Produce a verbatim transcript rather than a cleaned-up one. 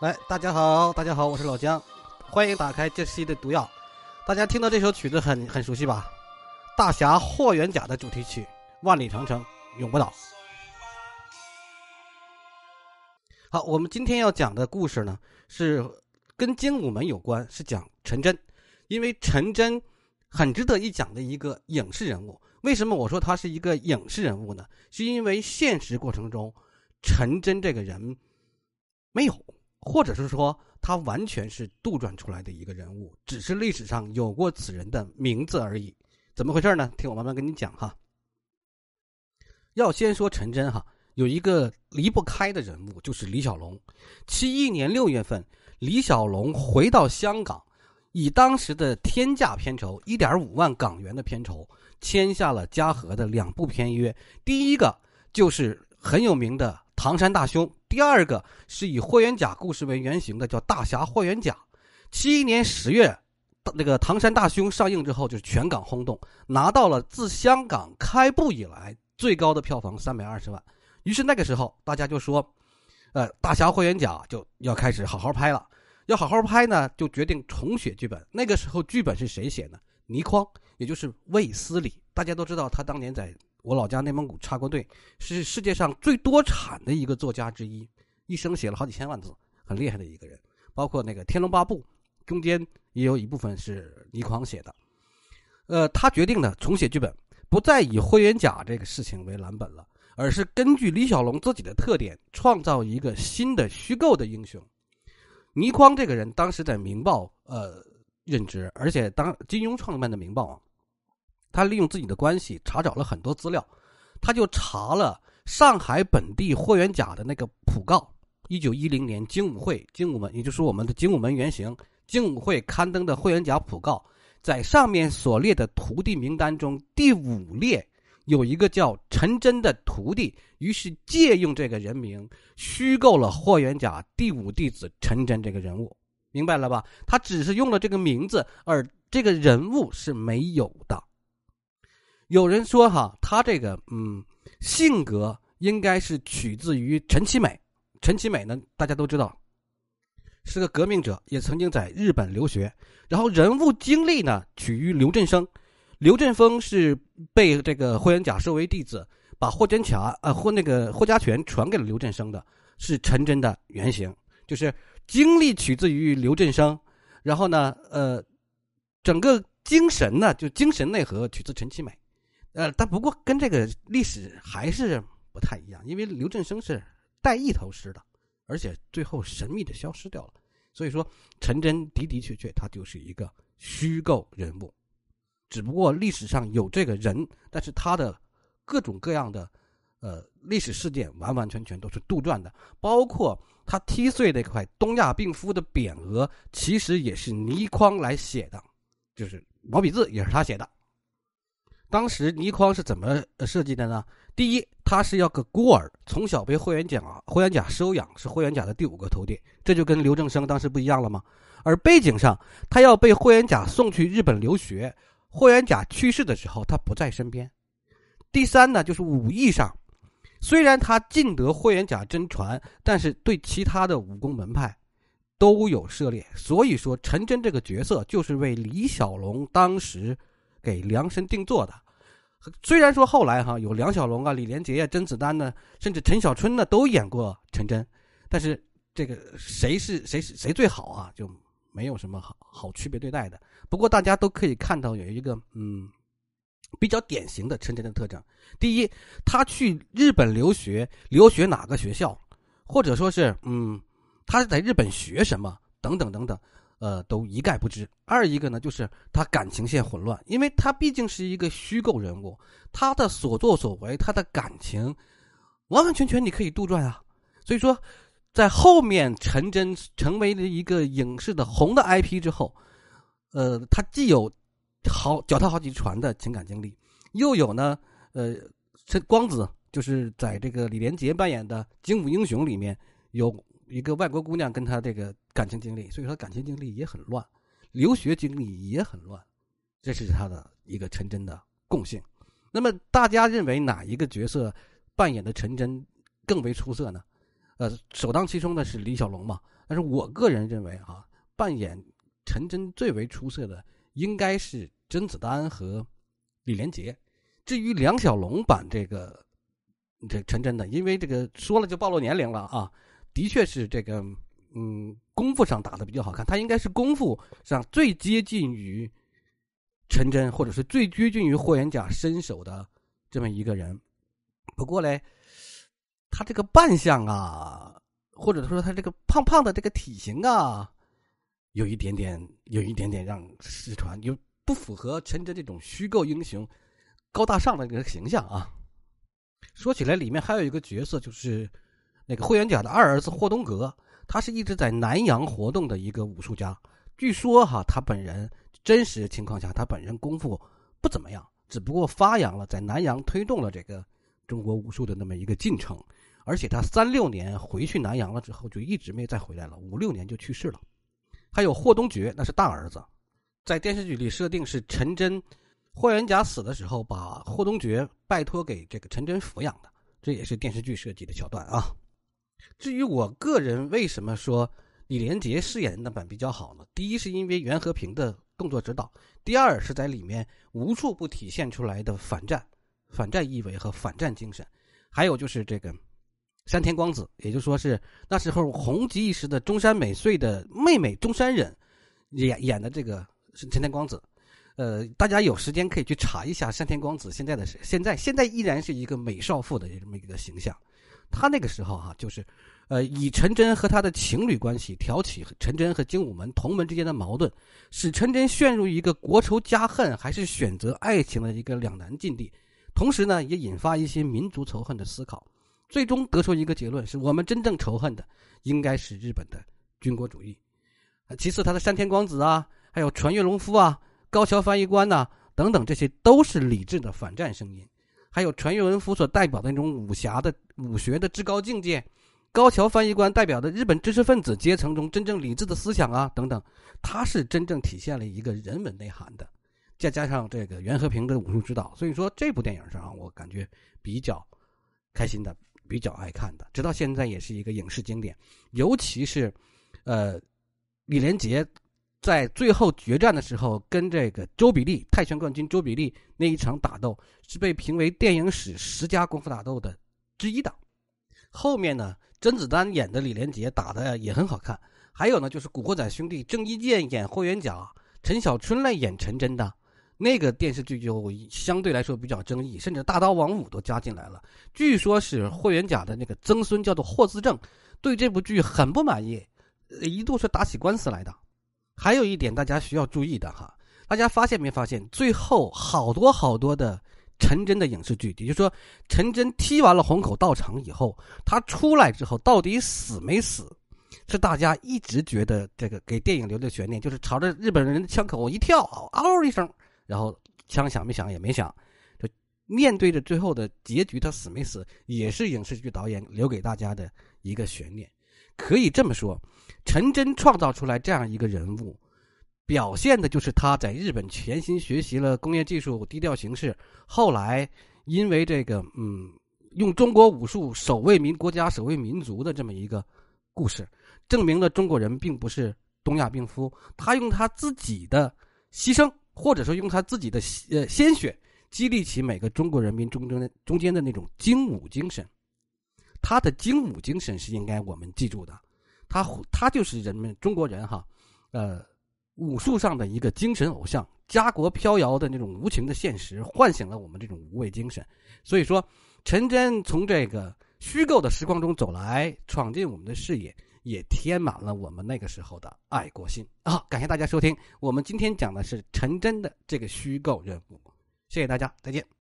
来，大家好，大家好，我是老姜，欢迎打开这期的毒药。大家听到这首曲子很很熟悉吧？大侠霍元甲的主题曲《万里长城永不倒》。好，我们今天要讲的故事呢，是跟精武门有关，是讲陈真。因为陈真很值得一讲的一个影视人物。为什么我说他是一个影视人物呢？是因为现实过程中陈真这个人没有，或者是说他完全是杜撰出来的一个人物，只是历史上有过此人的名字而已。怎么回事呢？听我慢慢跟你讲哈。要先说陈真哈，有一个离不开的人物，就是李小龙。七一年六月份，李小龙回到香港，以当时的天价片酬 一点五万港元的片酬，签下了嘉禾的两部片约。第一个就是很有名的唐山大兄，第二个是以霍元甲故事为原型的，叫大侠霍元甲。七一年十月，那个唐山大兄上映之后，就是全港轰动，拿到了自香港开埠以来最高的票房三百二十万。于是那个时候大家就说，呃，大侠霍元甲就要开始好好拍了。要好好拍呢，就决定重写剧本。那个时候剧本是谁写呢？倪匡，也就是卫斯理。大家都知道他当年在我老家内蒙古插过队，是世界上最多产的一个作家之一，一生写了好几千万字，很厉害的一个人。包括那个《天龙八部》中间也有一部分是倪匡写的。呃，他决定呢重写剧本，不再以霍元甲这个事情为蓝本了，而是根据李小龙自己的特点，创造一个新的虚构的英雄。倪匡这个人当时在明报呃任职，而且当金庸创办的明报啊，他利用自己的关系查找了很多资料，他就查了上海本地霍元甲的那个讣告，一九一零年精武会精武门，也就是我们的精武门原型精武会刊登的霍元甲讣告，在上面所列的徒弟名单中第五列有一个叫陈真的徒弟，于是借用这个人名虚构了霍元甲第五弟子陈真这个人物，明白了吧？他只是用了这个名字，而这个人物是没有的。有人说哈，他这个嗯性格应该是取自于陈其美。陈其美呢，大家都知道是个革命者，也曾经在日本留学。然后人物经历呢，取于刘振声。刘振峰是被这个霍元甲收为弟子，把霍真甲呃霍那个霍家拳传给了刘振声的，是陈真的原型，就是经历取自于刘振声，然后呢，呃，整个精神呢，就精神内核取自陈其美，呃，但不过跟这个历史还是不太一样，因为刘振声是带一头诗的，而且最后神秘的消失掉了，所以说陈真的的确确他就是一个虚构人物。只不过历史上有这个人，但是他的各种各样的呃历史事件完完全全都是杜撰的，包括他踢碎那块东亚病夫的匾额，其实也是倪匡来写的，就是毛笔字也是他写的。当时倪匡是怎么设计的呢？第一，他是要个孤儿，从小被霍元甲霍元甲收养，是霍元甲的第五个徒弟，这就跟刘振声当时不一样了吗？而背景上，他要被霍元甲送去日本留学。霍元甲去世的时候，他不在身边。第三呢，就是武艺上，虽然他尽得霍元甲真传，但是对其他的武功门派都有涉猎。所以说，陈真这个角色就是为李小龙当时给量身定做的。虽然说后来哈有梁小龙啊、李连杰啊、甄子丹呢，甚至陈小春呢都演过陈真，但是这个谁是谁是谁最好啊，就没有什么好好区别对待的。不过大家都可以看到有一个嗯比较典型的陈真的特征。第一，他去日本留学，留学哪个学校，或者说是嗯他是在日本学什么等等等等，呃都一概不知。二一个呢，就是他感情线混乱，因为他毕竟是一个虚构人物，他的所作所为，他的感情完完全全你可以杜撰啊。所以说在后面陈真成为了一个影视的红的 I P 之后，呃，他既有好脚踏好几船的情感经历，又有呢，呃，光子就是在这个李连杰扮演的《精武英雄》里面有一个外国姑娘跟他这个感情经历，所以说感情经历也很乱，留学经历也很乱，这是他的一个陈真的共性。那么大家认为哪一个角色扮演的陈真更为出色呢？ 呃，首当其冲的是李小龙嘛。但是我个人认为啊，扮演陈真最为出色的应该是甄子丹和李连杰。至于梁小龙版这个这陈真的，因为这个说了就暴露年龄了啊，的确是这个嗯功夫上打的比较好看，他应该是功夫上最接近于陈真，或者是最接近于霍元甲身手的这么一个人。不过嘞，他这个扮相啊，或者说他这个胖胖的这个体型啊，有一点点有一点点让失传，有不符合陈真这种虚构英雄高大上的这个形象啊。说起来里面还有一个角色，就是那个霍元甲的二儿子霍东阁，他是一直在南洋活动的一个武术家。据说哈，他本人真实情况下他本人功夫不怎么样，只不过发扬了在南洋推动了这个中国武术的那么一个进程。而且他三六年回去南洋了之后就一直没再回来了，五六年就去世了。还有霍东爵，那是大儿子，在电视剧里设定是陈真霍元甲死的时候把霍东爵拜托给这个陈真抚养的，这也是电视剧设计的桥段啊。至于我个人为什么说李连杰饰演的版比较好呢？第一是因为袁和平的动作指导，第二是在里面无处不体现出来的反战反战意味和反战精神。还有就是这个山田光子，也就是说是那时候红极一时的中山美穗的妹妹中山忍演演的这个是山田光子。呃，大家有时间可以去查一下山田光子现在的现在现在依然是一个美少妇的这么一个形象。他那个时候哈、啊，就是呃以陈真和他的情侣关系挑起陈真和精武门同门之间的矛盾，使陈真陷入一个国仇家恨还是选择爱情的一个两难境地，同时呢也引发一些民族仇恨的思考。最终得出一个结论，是我们真正仇恨的应该是日本的军国主义。其次他的山田光子啊，还有传月隆夫啊，高桥翻译官呐、啊、等等，这些都是理智的反战声音。还有传月隆夫所代表的那种武侠的武学的至高境界，高桥翻译官代表的日本知识分子阶层中真正理智的思想啊等等，它是真正体现了一个人文内涵的。再加上这个袁和平的武术指导，所以说这部电影上我感觉比较开心的，比较爱看的，直到现在也是一个影视经典。尤其是呃李连杰在最后决战的时候跟这个周比利泰拳冠军周比利那一场打斗，是被评为电影史十佳功夫打斗的之一的。后面呢甄子丹演的李连杰打的也很好看，还有呢就是古惑仔兄弟郑伊健演霍元甲，陈小春来演陈真的那个电视剧就相对来说比较争议，甚至大刀王五都加进来了。据说是霍元甲的那个曾孙叫做霍自正对这部剧很不满意，一度是打起官司来的。还有一点大家需要注意的哈，大家发现没发现最后好多好多的陈真的影视剧，也就是说陈真踢完了虹口道场以后，他出来之后到底死没死，是大家一直觉得这个给电影留的悬念，就是朝着日本人的枪口一跳，嗷一声，然后枪响没响也没响，就面对着最后的结局他死没死，也是影视剧导演留给大家的一个悬念。可以这么说，陈真创造出来这样一个人物，表现的就是他在日本全心学习了工业技术，低调行事，后来因为这个嗯用中国武术守卫民国家守卫民族的这么一个故事，证明了中国人并不是东亚病夫。他用他自己的牺牲，或者说用他自己的呃鲜血，激励起每个中国人民中间的中间的那种精武精神。他的精武精神是应该我们记住的，他他就是人们中国人哈，呃，武术上的一个精神偶像，家国飘摇的那种无情的现实，唤醒了我们这种无畏精神。所以说，陈真从这个虚构的时光中走来，闯进我们的视野，也填满了我们那个时候的爱国心啊！感谢大家收听，我们今天讲的是陈真的这个虚构人物，谢谢大家，再见。